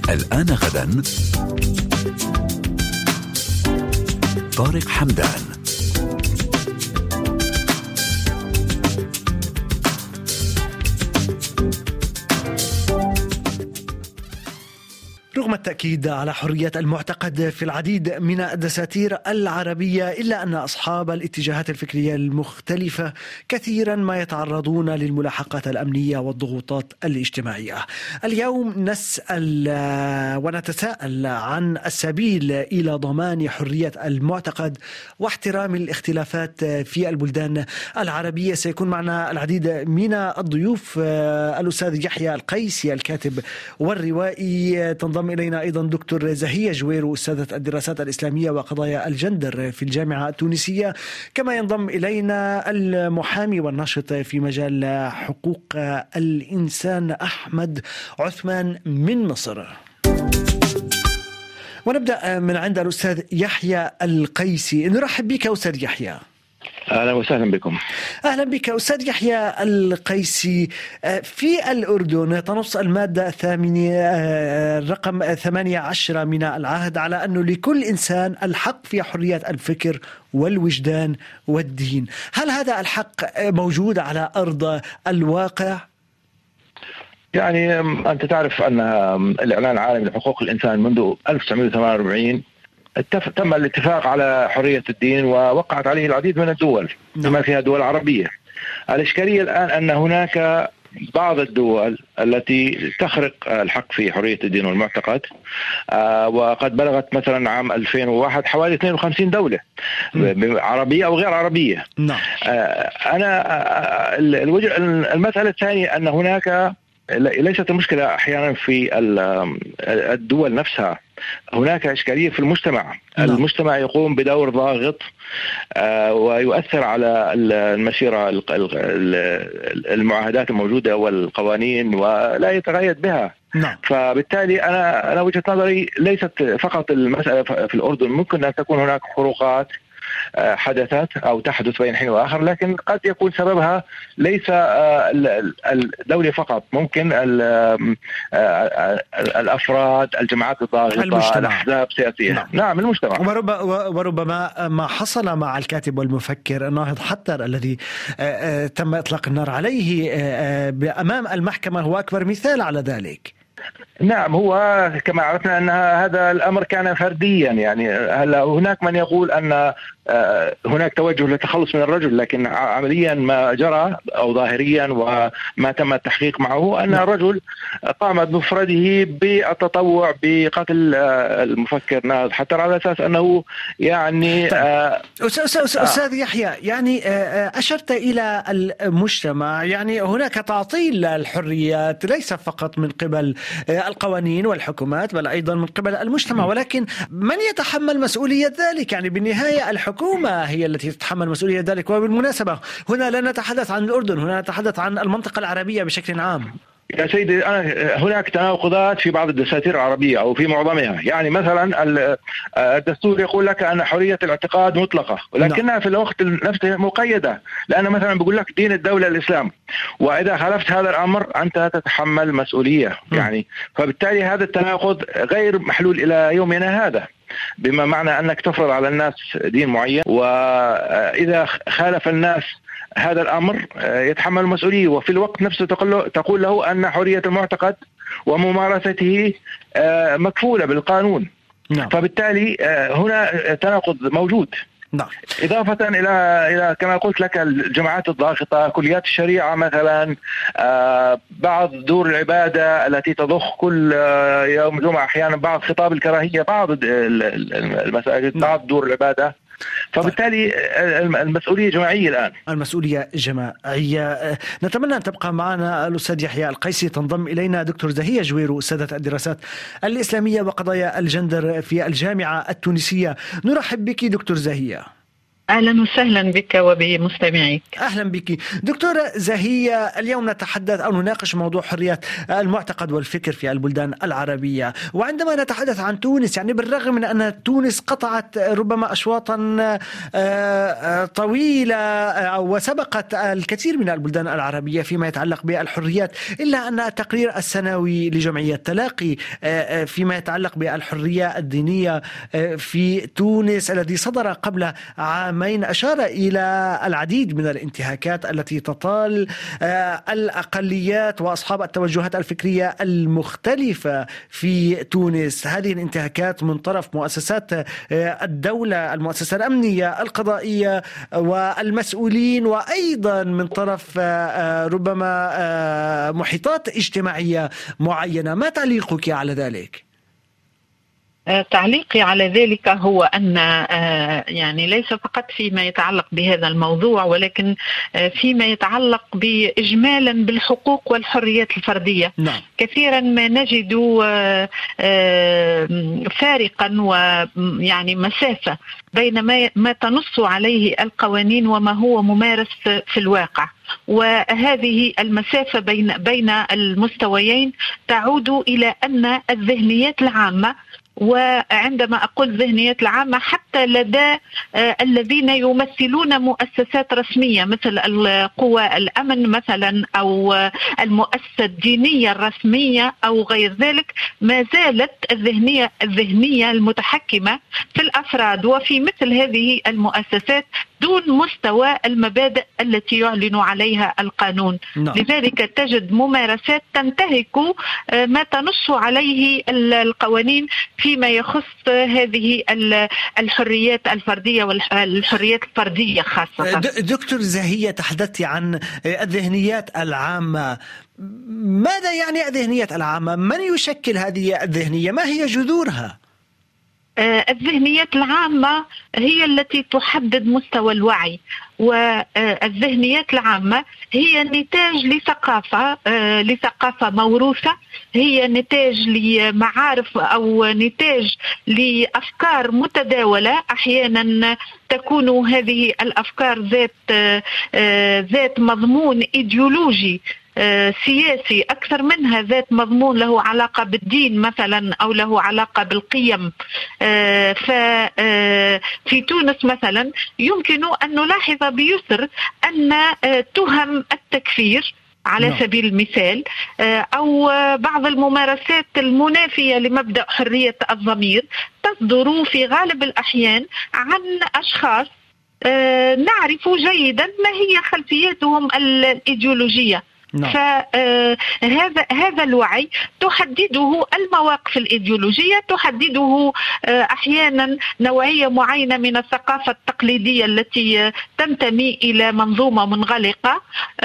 الآن غدا طارق حمدان. رغم التأكيد على حرية المعتقد في العديد من الدساتير العربية، إلا أن أصحاب الاتجاهات الفكرية المختلفة كثيرا ما يتعرضون للملاحقات الأمنية والضغوطات الاجتماعية. اليوم نسأل ونتساءل عن السبيل إلى ضمان حرية المعتقد واحترام الاختلافات في البلدان العربية. سيكون معنا العديد من الضيوف، الأستاذ يحيى القيسي الكاتب والروائي، تنضم إلينا أيضا دكتور زهية جويرو أستاذة الدراسات الإسلامية وقضايا الجندر في الجامعة التونسية، كما ينضم إلينا المحامي والناشط في مجال حقوق الإنسان أحمد عثمان من مصر. ونبدأ من عند الأستاذ يحيى القيسي. نرحب بك أستاذ يحيى. أهلا وسهلا بكم. أهلا بك أستاذ يحيى القيسي. في الأردن تنص المادة رقم 18 من العهد على أنه لكل إنسان الحق في حرية الفكر والوجدان والدين. هل هذا الحق موجود على أرض الواقع؟ يعني أنت تعرف أن الإعلان العالمي لحقوق الإنسان منذ 1948 تم الاتفاق على حرية الدين ووقعت عليه العديد من الدول بما فيها دول عربية. الإشكالية الآن أن هناك بعض الدول التي تخرق الحق في حرية الدين والمعتقد، وقد بلغت مثلا عام 2001 حوالي 52 دولة عربية أو غير عربية. المسألة الثانية أن هناك ليست المشكلة أحيانا في الدول نفسها، هناك إشكالية في المجتمع. المجتمع يقوم بدور ضاغط ويؤثر على المسيرة المعاهدات الموجودة والقوانين ولا يتغير بها. فبالتالي أنا وجهة نظري ليست فقط المسألة في الأردن، ممكن أن تكون هناك فروقات حدثت أو تحدث بين حين وآخر، لكن قد يكون سببها ليس الدولة فقط، ممكن الأفراد، الجماعات الضاغطة، الأحزاب السياسية. نعم المجتمع. وربما ما حصل مع الكاتب والمفكر الناهض حتر الذي تم إطلاق النار عليه أمام المحكمة هو أكبر مثال على ذلك. نعم، هو كما عرفنا أن هذا الأمر كان فرديا. يعني هلا هناك من يقول أن هناك توجه للتخلص من الرجل، لكن عمليا ما جرى أو ظاهريا وما تم التحقيق معه أن الرجل قام بمفرده بالتطوع بقتل المفكر ناهض حتر على أساس أنه يعني أستاذ يحيى، يعني أشرت إلى المجتمع، يعني هناك تعطيل الحريات ليس فقط من قبل القوانين والحكومات بل أيضا من قبل المجتمع، ولكن من يتحمل مسؤولية ذلك؟ يعني بالنهاية الحكومة هي التي تتحمل مسؤولية ذلك. وبالمناسبة هنا لا نتحدث عن الأردن، هنا نتحدث عن المنطقة العربية بشكل عام. يا سيدي، هناك تناقضات في بعض الدساتير العربية أو في معظمها. يعني مثلا الدستور يقول لك أن حرية الاعتقاد مطلقة، ولكنها في الوقت نفسه مقيدة، لأن مثلا بيقول لك دين الدولة الإسلام، وإذا خالفت هذا الأمر أنت تتحمل مسؤولية. يعني فبالتالي هذا التناقض غير محلول إلى يومنا هذا، بما معنى أنك تفرض على الناس دين معين، وإذا خالف الناس هذا الأمر يتحمل المسؤولية، وفي الوقت نفسه تقول له أن حرية المعتقد وممارسته مكفولة بالقانون. فبالتالي هنا تناقض موجود. إضافة إلى كما قلت لك الجماعات الضاغطة، كليات الشريعة مثلا، بعض دور العبادة التي تضخ كل يوم جمعة أحيانا بعض خطاب الكراهية، بعض المساجد، بعض دور العبادة. فبالتالي المسؤولية جماعية الآن. المسؤولية جماعية. نتمنى أن تبقى معنا الأستاذ يحيى القيسي. تنضم إلينا دكتور زهية جويرو أستاذة الدراسات الإسلامية وقضايا الجندر في الجامعة التونسية. نرحب بك دكتور زهية. أهلا وسهلا بك وبمستمعيك. أهلا بك دكتورة زهية. اليوم نتحدث أو نناقش موضوع حرية المعتقد والفكر في البلدان العربية. وعندما نتحدث عن تونس، يعني بالرغم من أن تونس قطعت ربما أشواطا طويلة وسبقت الكثير من البلدان العربية فيما يتعلق بالحريات، إلا أن التقرير السنوي لجمعية تلاقي فيما يتعلق بالحرية الدينية في تونس الذي صدر قبل عامين أشار إلى العديد من الانتهاكات التي تطال الأقليات وأصحاب التوجهات الفكرية المختلفة في تونس. هذه الانتهاكات من طرف مؤسسات الدولة، المؤسسة الأمنية، القضائية والمسؤولين، وأيضا من طرف ربما محيطات اجتماعية معينة. ما تعليقك على ذلك؟ تعليقي على ذلك هو أن يعني ليس فقط فيما يتعلق بهذا الموضوع، ولكن فيما يتعلق بإجمالا بالحقوق والحريات الفردية. نعم. كثيرا ما نجد فارقا ويعني مسافة بين ما تنص عليه القوانين وما هو ممارس في الواقع، وهذه المسافة بين المستويين تعود إلى أن الذهنيات العامة، وعندما أقول الذهنيات العامة حتى لدى الذين يمثلون مؤسسات رسمية مثل القوى الأمن مثلا أو المؤسسة الدينية الرسمية أو غير ذلك، ما زالت الذهنية المتحكمة في الأفراد وفي مثل هذه المؤسسات دون مستوى المبادئ التي يعلن عليها القانون. لذلك تجد ممارسات تنتهك ما تنص عليه القوانين فيما يخص هذه الحريات الفردية والحريات الفردية خاصة. دكتور زهية، تحدثت عن الذهنيات العامة. ماذا يعني الذهنيات العامة؟ من يشكل هذه الذهنية؟ ما هي جذورها؟ الذهنيات العامة هي التي تحدد مستوى الوعي، والذهنيات العامة هي نتاج لثقافة موروثة، هي نتاج لمعارف أو نتاج لأفكار متداولة. أحيانا تكون هذه الأفكار ذات مضمون إيديولوجي سياسي أكثر منها ذات مضمون له علاقة بالدين مثلا أو له علاقة بالقيم. ففي تونس مثلا يمكن أن نلاحظ بيسر أن تهم التكفير على سبيل المثال أو بعض الممارسات المنافية لمبدأ حرية الضمير تصدر في غالب الأحيان عن أشخاص نعرف جيدا ما هي خلفياتهم الإيديولوجية. فهذا الوعي تحدده المواقف الإيديولوجية، تحدده أحيانا نوعية معينة من الثقافة التقليدية التي تنتمي إلى منظومة منغلقة،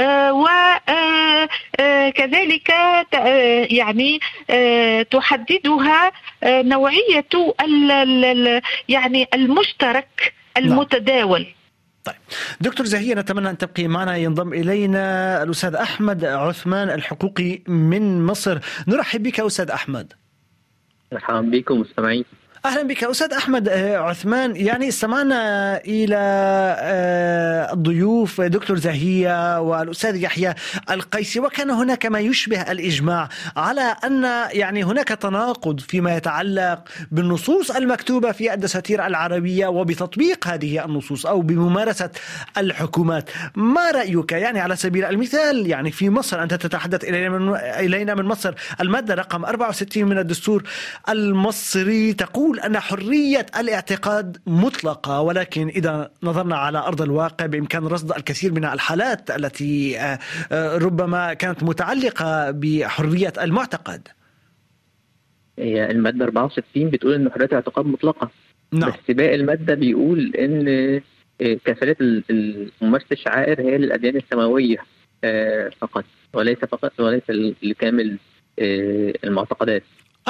وكذلك يعني تحددها نوعية يعني المشترك المتداول. طيب دكتور زهية، نتمنى أن تبقي معنا. ينضم إلينا الأستاذ أحمد عثمان الحقوقي من مصر. نرحب بك أستاذ أحمد. مرحبا بكم مستمعين. أهلا بك أستاذ أحمد عثمان. يعني استمعنا إلى الضيوف دكتور زهية والأستاذ يحيى القيسي، وكان هناك ما يشبه الإجماع على أن يعني هناك تناقض فيما يتعلق بالنصوص المكتوبة في الدساتير العربية وبتطبيق هذه النصوص أو بممارسة الحكومات. ما رأيك؟ يعني على سبيل المثال يعني في مصر، أنت تتحدث إلينا من مصر، المادة رقم 64 من الدستور المصري تقول أن حرية الاعتقاد مطلقة، ولكن إذا نظرنا على أرض الواقع بإمكان رصد الكثير من الحالات التي ربما كانت متعلقة بحرية المعتقد. هي المادة 64 بتقول أن حرية الاعتقاد مطلقة. نعم. بس باقي المادة بيقول أن كفالة ممارسة الشعائر هي للأديان السماوية فقط، وليس لكامل المعتقدات.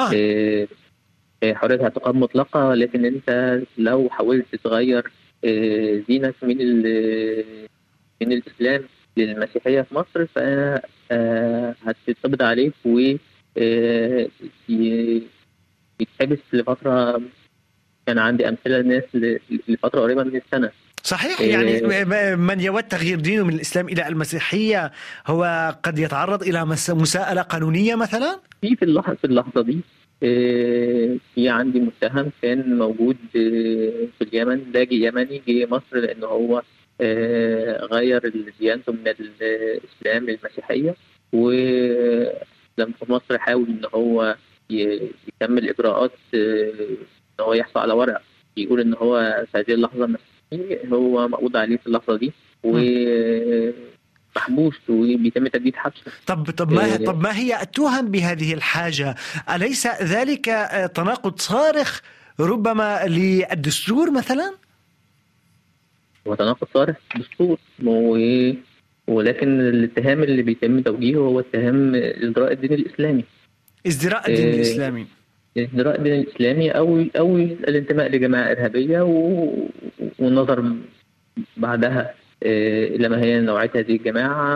حرية الاعتقاد مطلقة، لكن أنت لو حاولت تغير دينك من الإسلام للمسيحية في مصر فهتتقبض عليك ويتحبس لفترة. كان عندي أمثلة لناس لفترة قريبة من السنة. صحيح. يعني من يود تغيير دينه من الإسلام إلى المسيحية هو قد يتعرض إلى مساءلة قانونية مثلا؟ في اللحظة دي في عندي متهم كان موجود في اليمن، لاجئ يمني جه مصر لأنه هو غير ديانته من الإسلام للمسيحية، ولما في مصر حاول إن هو يكمل إجراءات إن هو يحصل على ورق يقول إن هو في هذه اللحظة مسيحي، هو مقبوض عليه في اللحظة دي ومحبوس وبيتم تجديد حبسه. طب ما هي التهم بهذه الحاجة؟ أليس ذلك تناقض صارخ ربما للدستور مثلا؟ وتناقض صارخ بالدستور، ولكن الاتهام اللي بيتم توجيهه هو اتهام ازدراء الدين الإسلامي. ازدراء الدين الإسلامي، ازدراء الدين الإسلامي أو الانتماء لجماعة إرهابية، والنظر بعدها إلى ما هي نوعية هذه الجماعة،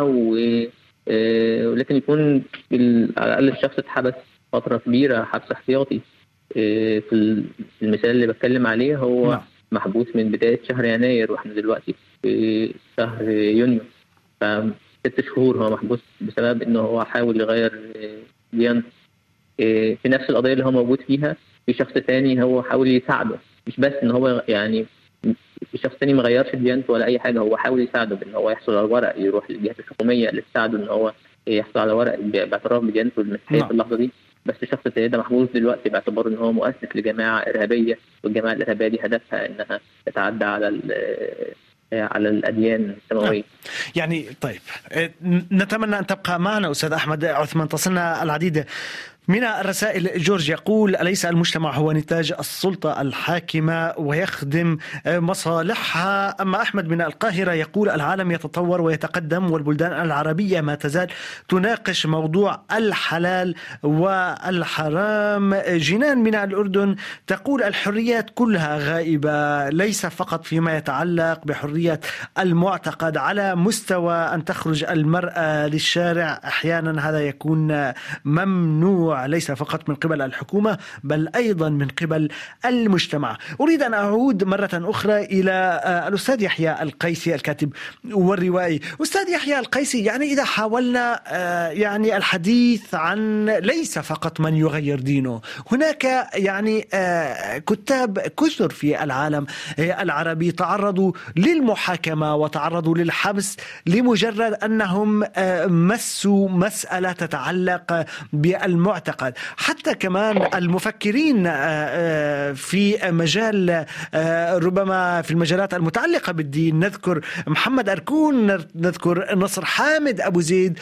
ولكن يكون على الأقل الشخص اتحبس فترة كبيرة حبس احتياطي. في المثال اللي بتكلم عليه هو محبوس من بداية شهر يناير واحنا دلوقتي في شهر يونيو، ف6 شهور هو محبوس بسبب انه هو حاول يغير ديانته. في نفس القضية اللي هو موجود فيها في شخص ثاني هو حاول يساعده، مش بس ان هو يعني شخص ثاني ما غيرش ديانته ولا اي حاجة، هو حاول يساعده بان هو يحصل على ورق يروح للجهات الحكومية اللي تساعده ان هو يحصل على ورق باعتراف بديانته المسيحية في اللحظة دي. بس الشخص الثاني ده محبوس دلوقتي باعتبار ان هو مؤسس لجماعة إرهابية، والجماعة الإرهابية دي هدفها انها تتعدى على الأديان السماوية. يعني طيب، نتمنى أن تبقى معنا أستاذ أحمد عثمان. تصلنا العديد من الرسائل. جورج يقول: أليس المجتمع هو نتاج السلطة الحاكمة ويخدم مصالحها؟ أما أحمد من القاهرة يقول: العالم يتطور ويتقدم والبلدان العربية ما تزال تناقش موضوع الحلال والحرام. جنان من الأردن تقول: الحريات كلها غائبة، ليس فقط فيما يتعلق بحرية المعتقد، على مستوى أن تخرج المرأة للشارع أحيانا هذا يكون ممنوع، ليس فقط من قبل الحكومة بل أيضا من قبل المجتمع. أريد أن أعود مرة أخرى إلى الأستاذ يحيى القيسي الكاتب والروائي. أستاذ يحيى القيسي، يعني إذا حاولنا يعني الحديث عن ليس فقط من يغير دينه، هناك يعني كتاب كثر في العالم العربي تعرضوا للمحاكمة وتعرضوا للحبس لمجرد أنهم مسوا مسألة تتعلق بالمعتقد. حتى كمان المفكرين في مجال ربما في المجالات المتعلقة بالدين، نذكر محمد أركون، نذكر نصر حامد أبو زيد،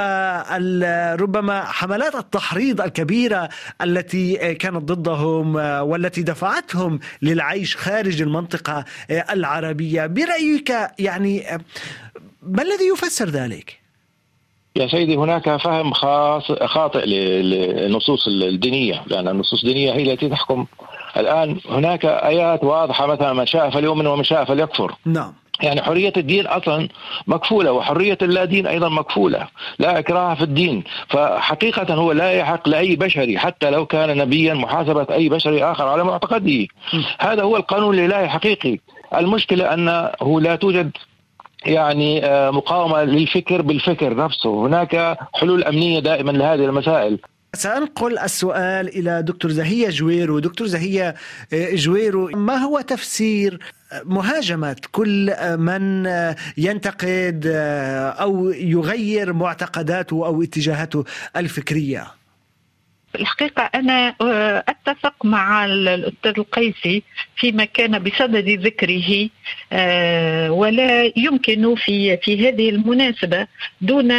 وربما حملات التحريض الكبيرة التي كانت ضدهم والتي دفعتهم للعيش خارج المنطقة العربية. برأيك يعني ما الذي يفسر ذلك؟ يا سيدي، هناك فهم خاطئ للنصوص الدينية، لأن النصوص الدينية هي التي تحكم. الآن هناك آيات واضحة، مثلا من شاء فليؤمن ومن شاء فليكفر. نعم. يعني حرية الدين أصلا مكفولة، وحرية اللا دين أيضا مكفولة، لا إكراه في الدين. فحقيقة هو لا يحق لأي بشري حتى لو كان نبيا محاسبة أي بشري آخر على معتقده. هذا هو القانون الإلهي الحقيقي. المشكلة أنه لا توجد يعني مقاومة للفكر بالفكر نفسه. هناك حلول أمنية دائما لهذه المسائل. سأنقل السؤال إلى دكتور زهية جويرو. دكتور زهية جويرو، ما هو تفسير مهاجمة كل من ينتقد أو يغير معتقداته أو اتجاهاته الفكرية؟ الحقيقة أنا أتفق مع الأستاذ القيسي فيما كان بصدد ذكره، ولا يمكن في هذه المناسبة دون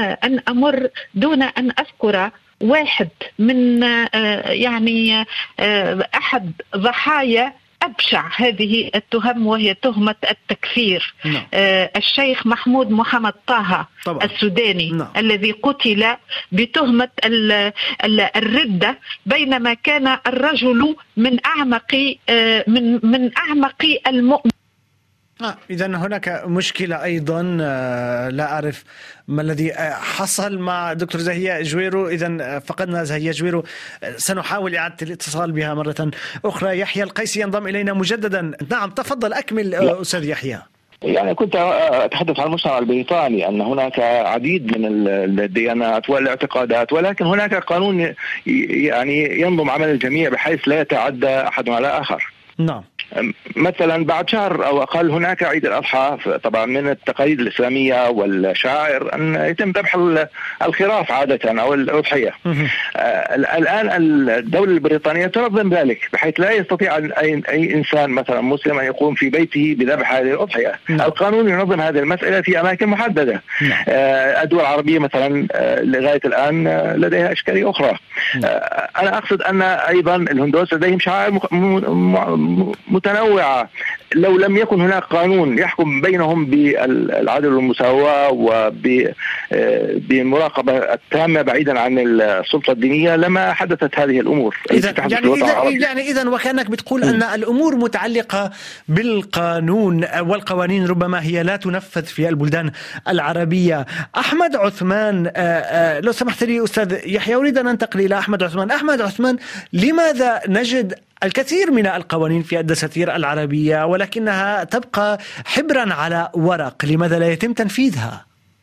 أن أذكر واحد من يعني أحد ضحايا أبشع هذه التهم، وهي تهمة التكفير. الشيخ محمود محمد طه طبعا. السوداني الذي قتل بتهمة الردة، بينما كان الرجل من أعمق المؤمنين إذن هناك مشكلة أيضا، لا أعرف ما الذي حصل مع دكتور زهية جويرو. إذن فقدنا زهية جويرو، سنحاول إعادة الاتصال بها مرة أخرى. يحيى القيسي ينضم إلينا مجددا. نعم تفضل أكمل أستاذ يحيى. يعني كنت أتحدث عن المجتمع البريطاني أن هناك عديد من الديانات والاعتقادات، ولكن هناك قانون يعني ينظم عمل الجميع بحيث لا يتعدى أحد على آخر. نعم. مثلا بعد شهر أو أقل هناك عيد الأضحى، طبعا من التقاليد الإسلامية والشعائر أن يتم ذبح الخراف عادة أو الأضحية. الآن الدولة البريطانية تنظم ذلك بحيث لا يستطيع أي إنسان مثلا مسلم أن يقوم في بيته بذبح هذه الأضحية. القانون ينظم هذه المسألة في أماكن محددة. الدول العربية مثلا لغاية الآن لديها أشكالية أخرى. أنا أقصد أن أيضا الهندوس لديهم شعائر متنوعة. لو لم يكن هناك قانون يحكم بينهم بالعدل والمساواة وبالمراقبة التامة بعيدا عن السلطة الدينية لما حدثت هذه الأمور. إذن وكأنك بتقول أن الأمور متعلقة بالقانون، والقوانين ربما هي لا تنفذ في البلدان العربية. أحمد عثمان، لو سمحت لي أستاذ يحيى أريد أن أنتقل إلى أحمد عثمان. أحمد عثمان، لماذا نجد الكثير من القوانين في الدساتير العربية ولكنها تبقى حبرا على ورق؟ لماذا لا يتم تنفيذها؟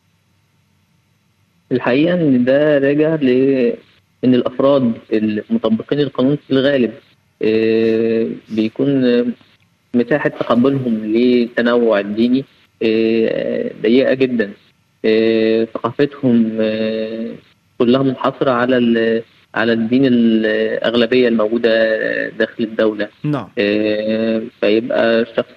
الحقيقة أن ده راجع لأن الأفراد المطبقين القانون في الغالب بيكون مساحة تقبلهم للتنوع الديني ضيقة جدا. ثقافتهم كلها منحصرة على الدين الأغلبية الموجودة داخل الدولة. نعم. فيبقى الشخص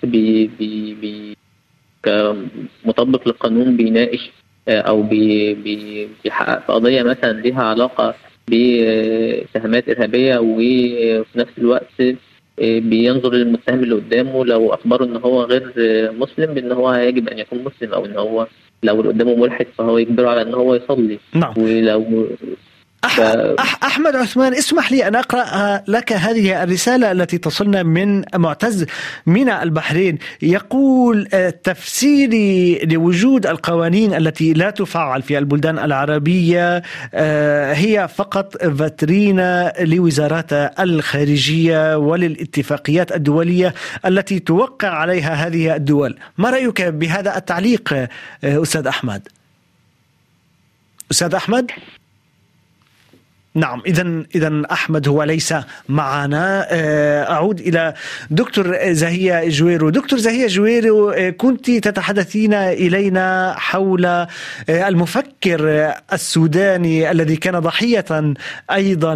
كمطبق للقانون بيناقش أو بيحقق في قضية مثلا لها علاقة باتهامات إرهابية، وفي نفس الوقت بينظر للمتهم اللي قدامه لو أخبره إن هو غير مسلم بإن هو يجب أن يكون مسلم، أو إن هو لو اللي قدامه ملحد فهو يجبره على إن هو يصلي. نعم. ولو أحمد عثمان، اسمح لي أن أقرأ لك هذه الرسالة التي تصلنا من معتز من البحرين. يقول: تفسيري لوجود القوانين التي لا تفعل في البلدان العربية هي فقط فاترينا لوزارات الخارجية وللاتفاقيات الدولية التي توقع عليها هذه الدول. ما رأيك بهذا التعليق أستاذ أحمد؟ أستاذ أحمد؟ نعم. إذن أحمد هو ليس معنا. أعود إلى دكتور زهية جويرو. دكتور زهية جويرو، كنت تتحدثين إلينا حول المفكر السوداني الذي كان ضحية أيضا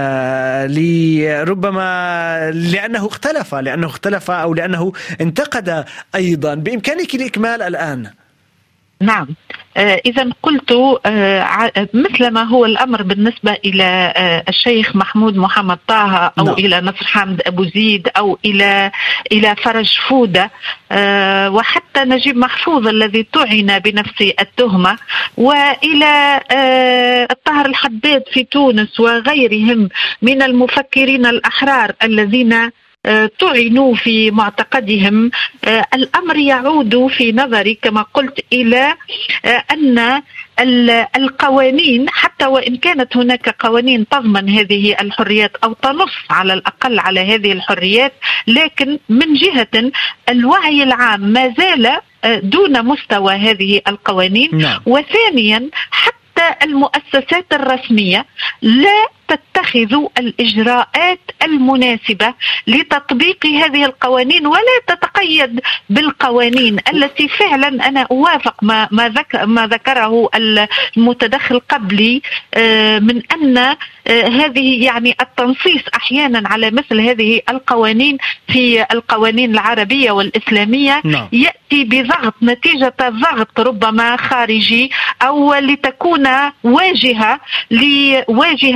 ربما لأنه اختلف أو لأنه انتقد أيضا. بإمكانك الإكمال الآن. نعم. إذا قلت مثلما هو الأمر بالنسبة إلى الشيخ محمود محمد طه أو إلى نصر حامد أبو زيد أو إلى فرج فودة وحتى نجيب محفوظ الذي طعن بنفس التهمة، وإلى الطاهر الحداد في تونس وغيرهم من المفكرين الأحرار الذين طعنوا في معتقدهم. الأمر يعود في نظري كما قلت إلى أن القوانين، حتى وإن كانت هناك قوانين تضمن هذه الحريات أو تنص على الأقل على هذه الحريات، لكن من جهة الوعي العام ما زال دون مستوى هذه القوانين. وثانيا حتى المؤسسات الرسمية لا تتخذ الإجراءات المناسبة لتطبيق هذه القوانين، ولا تتقيد بالقوانين التي فعلا أنا أوافق ما ذكره المتدخل قبلي من أن هذه يعني التنصيص أحيانا على مثل هذه القوانين في القوانين العربية والإسلامية يأتي بضغط، نتيجة ضغط ربما خارجي، أو لتكون واجهة لأنظمة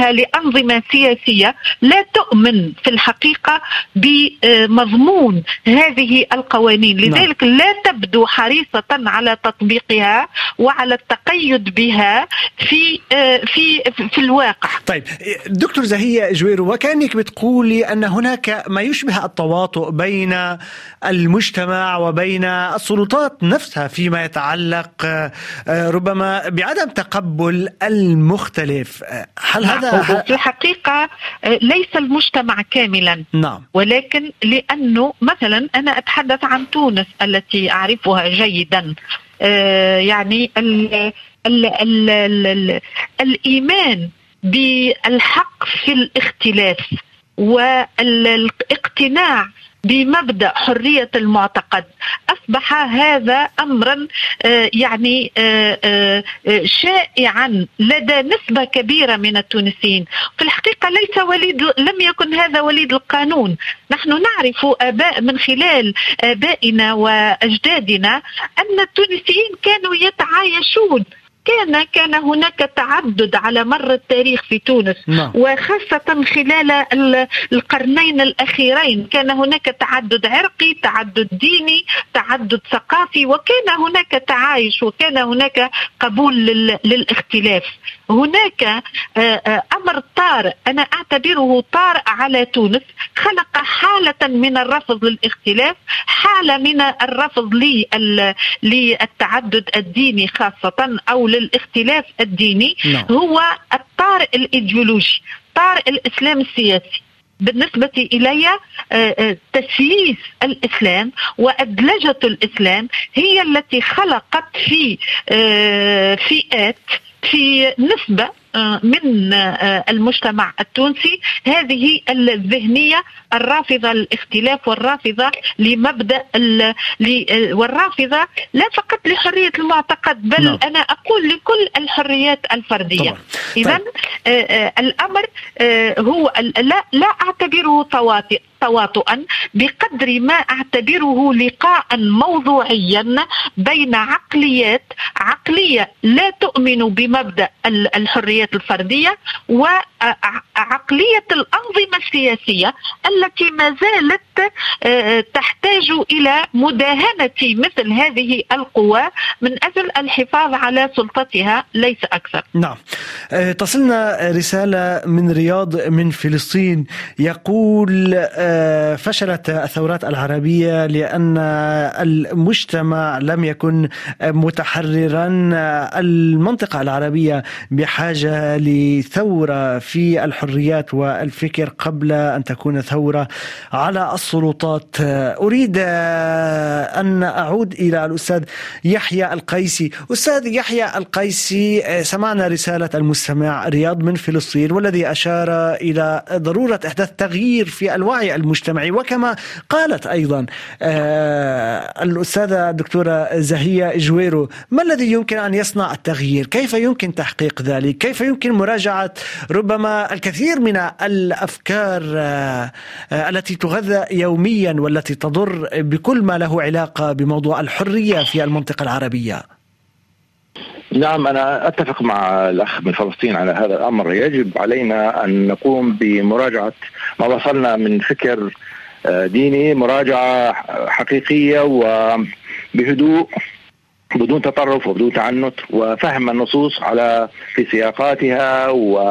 أنظمة سياسية لا تؤمن في الحقيقة بمضمون هذه القوانين، لذلك لا تبدو حريصة على تطبيقها وعلى التقيد بها في الواقع. طيب دكتور زهية جويرو، وكأنك بتقولي أن هناك ما يشبه التواطؤ بين المجتمع وبين السلطات نفسها فيما يتعلق ربما بعدم تقبل المختلف. هل هذا في الحقيقة ليس المجتمع كاملا؟ نعم. ولكن لأنه مثلا أنا أتحدث عن تونس التي أعرفها جيدا، يعني الإيمان بالحق في الاختلاف والاقتناع بمبدأ حرية المعتقد أصبح هذا أمرا يعني شائعا لدى نسبة كبيرة من التونسيين. في الحقيقة لم يكن هذا وليد القانون. نحن نعرف من خلال آبائنا وأجدادنا أن التونسيين كانوا يتعايشون، كان هناك تعدد على مر التاريخ في تونس، وخاصة خلال القرنين الأخيرين كان هناك تعدد عرقي، تعدد ديني، تعدد ثقافي، وكان هناك تعايش وكان هناك قبول للاختلاف. هناك أمر طارئ، أنا أعتبره طارئ على تونس، خلق حالة من الرفض للاختلاف، حالة من الرفض للتعدد الديني خاصة أو للاختلاف الديني. هو الطارئ الإيديولوجي، طارئ الإسلام السياسي. بالنسبة إلي تسييس الإسلام وأدلجة الإسلام هي التي خلقت في فئات، في نسبة من المجتمع التونسي هذه الذهنية الرافضة للاختلاف والرافضة لمبدأ والرافضة لا فقط لحرية المعتقد بل أنا أقول لكل الحريات الفردية. إذن الأمر هو لا أعتبره تواطؤا بقدر ما أعتبره لقاء موضوعيا بين عقلية لا تؤمن بمبدأ الحريات الفردية وعقلية الأنظمة السياسية التي ما زالت تحتاج إلى مداهنة مثل هذه القوى من أجل الحفاظ على سلطتها ليس أكثر. نعم. تصلنا رسالة من رياض من فلسطين يقول فشلت الثورات العربية لأن المجتمع لم يكن متحررا. المنطقة العربية بحاجة لثورة في الحريات والفكر قبل أن تكون ثورة على السلطات. أريد أن أعود إلى الأستاذ يحيى القيسي. أستاذ يحيى القيسي، سمعنا رسالة المستمع رياض من فلسطين والذي أشار إلى ضرورة إحداث تغيير في الوعي المجتمعي، وكما قالت أيضا الأستاذة الدكتورة زهية جويرو، ما الذي يمكن أن يصنع التغيير؟ كيف يمكن تحقيق ذلك؟ كيف يمكن مراجعة ربما الكثير من الأفكار التي تغذى يوميا والتي تضر بكل ما له علاقة بموضوع الحرية في المنطقة العربية؟ نعم، أنا أتفق مع الأخ من فلسطين على هذا الأمر. يجب علينا أن نقوم بمراجعة ما وصلنا من فكر ديني، مراجعة حقيقية وبهدوء بدون تطرف وبدون تعنت، وفهم النصوص في سياقاتها.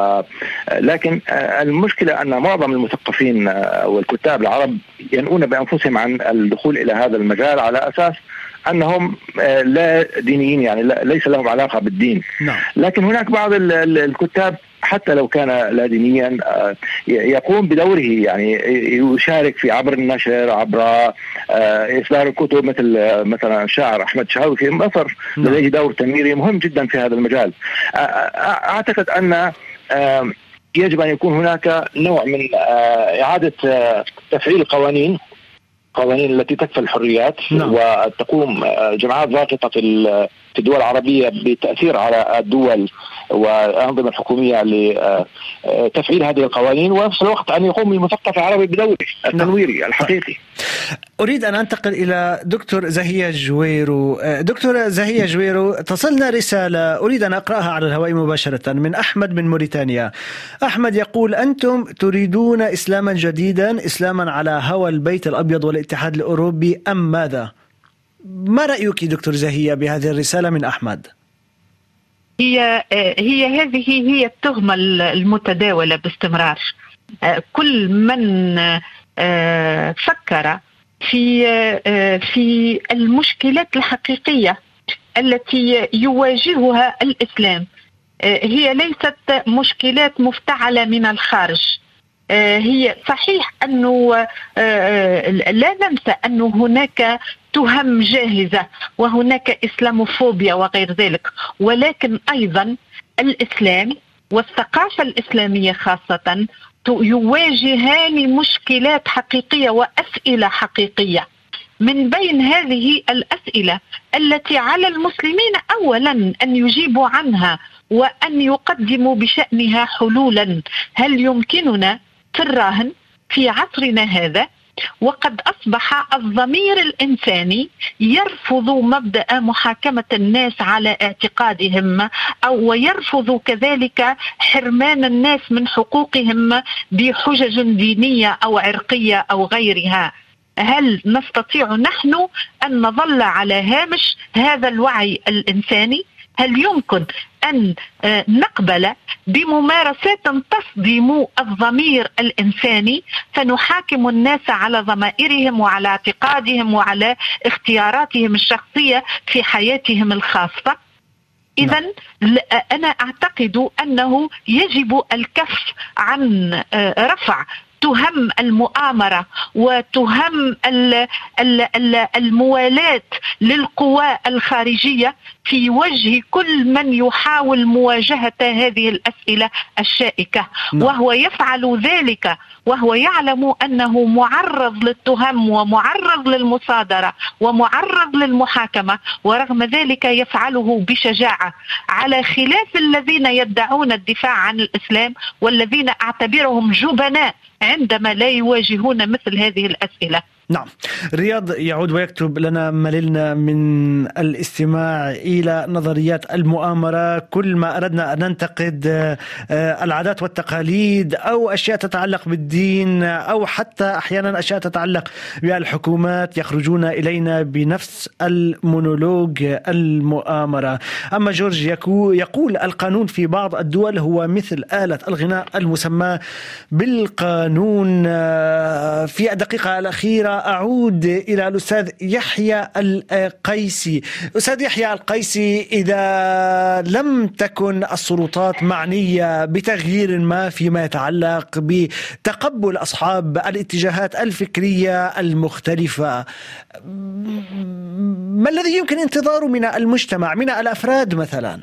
لكن المشكلة أن معظم المثقفين والكتاب العرب ينؤون بأنفسهم عن الدخول إلى هذا المجال على أساس أنهم لا دينيين، يعني ليس لهم علاقة بالدين. لكن هناك بعض الكتاب حتى لو كان لا دينيا يقوم بدوره، يعني يشارك في عبر النشر، عبر إصدار الكتب، مثلا الشاعر أحمد شهاوي في مصر لديه دور تنويري مهم جدا في هذا المجال. أعتقد أن يجب أن يكون هناك نوع من إعادة تفعيل القوانين التي تكفل الحريات، وتقوم جماعات ضاغطة في الدول العربية بتأثير على الدول والأنظمة الحكومية لتفعيل هذه القوانين، ونفس الوقت أن يقوم المثقف العربي بدوره التنويري الحقيقي. أريد أن أنتقل إلى دكتور زهية جويرو. دكتور زهية جويرو، تصلنا رسالة أريد أن أقرأها على الهواء مباشرة من أحمد من موريتانيا. أحمد يقول: أنتم تريدون إسلاما جديدا، إسلاما على هوى البيت الأبيض والاتحاد الأوروبي، أم ماذا؟ ما رأيك دكتور زهية بهذه الرسالة من أحمد؟ هي هذه التهمة المتداولة باستمرار. كل من فكر في المشكلات الحقيقية التي يواجهها الإسلام، هي ليست مشكلات مفتعلة من الخارج. هي صحيح أنه لا ننسى أن هناك تهم جاهزة وهناك إسلاموفوبيا وغير ذلك، ولكن أيضا الإسلام والثقافة الإسلامية خاصة يواجهان مشكلات حقيقية وأسئلة حقيقية. من بين هذه الأسئلة التي على المسلمين أولا أن يجيبوا عنها وأن يقدموا بشأنها حلولا. هل يمكننا في الراهن في عصرنا هذا وقد أصبح الضمير الإنساني يرفض مبدأ محاكمة الناس على اعتقادهم، أو ويرفض كذلك حرمان الناس من حقوقهم بحجج دينية أو عرقية أو غيرها؟ هل نستطيع نحن أن نظل على هامش هذا الوعي الإنساني؟ هل يمكن أن نقبل بممارسات تصدم الضمير الإنساني فنحاكم الناس على ضمائرهم وعلى اعتقادهم وعلى اختياراتهم الشخصية في حياتهم الخاصة؟ إذن أنا أعتقد أنه يجب الكف عن رفع تهم المؤامرة وتهم الموالاة للقوى الخارجية في وجه كل من يحاول مواجهة هذه الأسئلة الشائكة. وهو يفعل ذلك وهو يعلم أنه معرض للتهم ومعرض للمصادرة ومعرض للمحاكمة، ورغم ذلك يفعله بشجاعة، على خلاف الذين يدعون الدفاع عن الإسلام والذين أعتبرهم جبناء عندما لا يواجهون مثل هذه الأسئلة. نعم. رياض يعود ويكتب لنا: مللنا من الاستماع إلى نظريات المؤامرة. كل ما أردنا أن ننتقد العادات والتقاليد أو أشياء تتعلق بالدين أو حتى أحيانا أشياء تتعلق بالحكومات يخرجون إلينا بنفس المونولوج المؤامرة. أما جورج يقول: القانون في بعض الدول هو مثل آلة الغناء المسمى بالقانون. في الدقيقة الأخيرة أعود إلى الأستاذ يحيى القيسي. أستاذ يحيى القيسي، إذا لم تكن السلطات معنية بتغيير ما فيما يتعلق بتقبل أصحاب الاتجاهات الفكرية المختلفة، ما الذي يمكن انتظاره من المجتمع، من الأفراد مثلا؟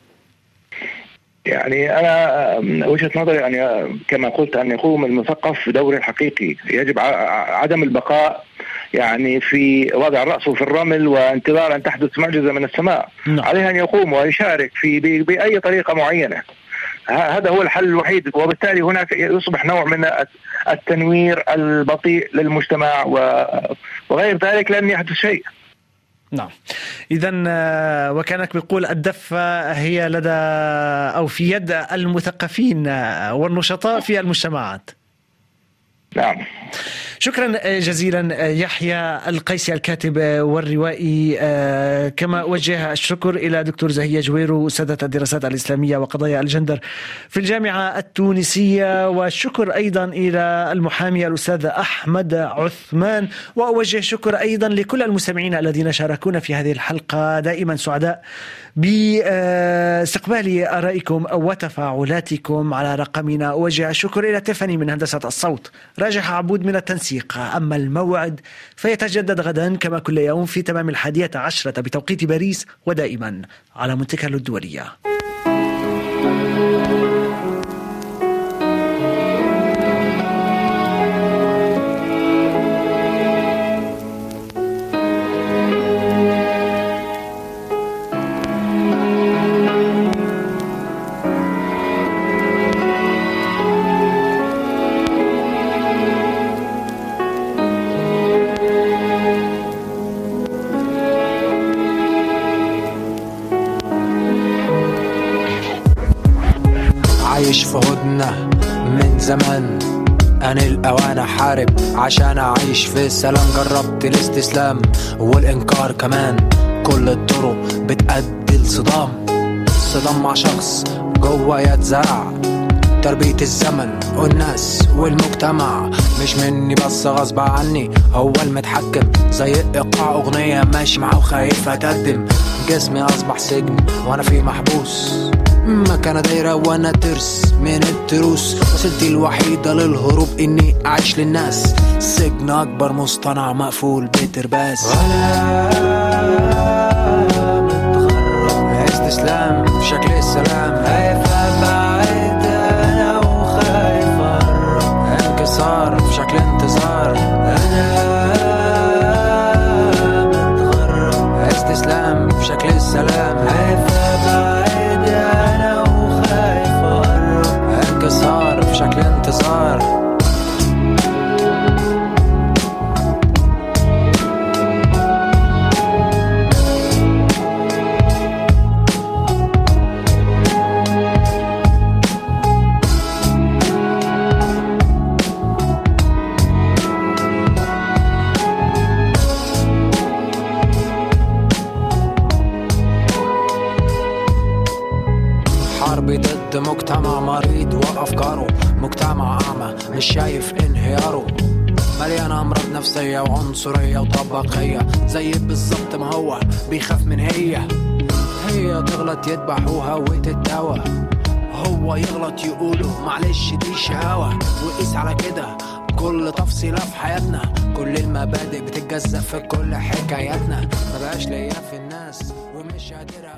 يعني أنا وجهة نظري يعني كما قلت أن يقوم المثقف بدوره الحقيقي. يجب عدم البقاء يعني في وضع رأسه في الرمل وانتظار أن تحدث معجزة من السماء. عليه أن يقوم ويشارك بأي طريقة معينة. هذا هو الحل الوحيد، وبالتالي هناك يصبح نوع من التنوير البطيء للمجتمع وغير ذلك لن يحدث شيء. نعم. إذن وكانك بيقول الدفة هي لدى أو في يد المثقفين والنشطاء في المجتمعات. نعم. شكرا جزيلا يحيى القيسي الكاتب والروائي. كما وجه الشكر إلى دكتور زهية جويرو أستاذة الدراسات الإسلامية وقضايا الجندر في الجامعة التونسية، والشكر أيضا إلى المحامي الأستاذ أحمد عثمان. وأوجه شكر أيضا لكل المستمعين الذين شاركونا في هذه الحلقة. دائما سعداء باستقبال آرائكم وتفاعلاتكم على رقمنا. أوجه الشكر إلى تيفاني من هندسة الصوت، راجح عبود من التنسيق. أما الموعد فيتجدد غدا كما كل يوم في تمام 11 بتوقيت باريس، ودائما على مونتي كارلو الدولية. زمان أن الأوان أحارب عشان أعيش في السلام. جربت الاستسلام والإنكار كمان، كل الطرق بتأدي لصدام. صدام مع شخص جوا يتزرع، تربية الزمن والناس والمجتمع مش مني بس غصب عني، هو المتحكم. زي إيقاع أغنية ماشي معه وخايف أتقدم. جسمي أصبح سجن وأنا فيه محبوس، مكانة دايرة وأنا ترس من التروس. وسيلتي الوحيدة للهروب إني أعيش للناس، سجن أكبر مصطنع مقفول بترباس. استسلام في شكل السلام، خايف أبعد أنا وخايف أقرب. انكسار في شكل انتظار، أنا متغرب. استسلام في شكل السلام، خايف أبعد أنا وخايف أقرب. انكسار في شكل انتظار. ضد مجتمع مريض وأفكاره، مجتمع أعمى مش شايف انهياره، مليان أمراض نفسية وعنصرية وطبقية. زي بالظبط ما هو بيخاف من هي تغلط يذبحوها وتتداوى، هو يغلط يقوله معلش دي شهوة. وقيس على كده كل تفصيلة في حياتنا، كل المبادئ بتتجزأ في كل حكاياتنا. مبقاش ليا في الناس ومش قادر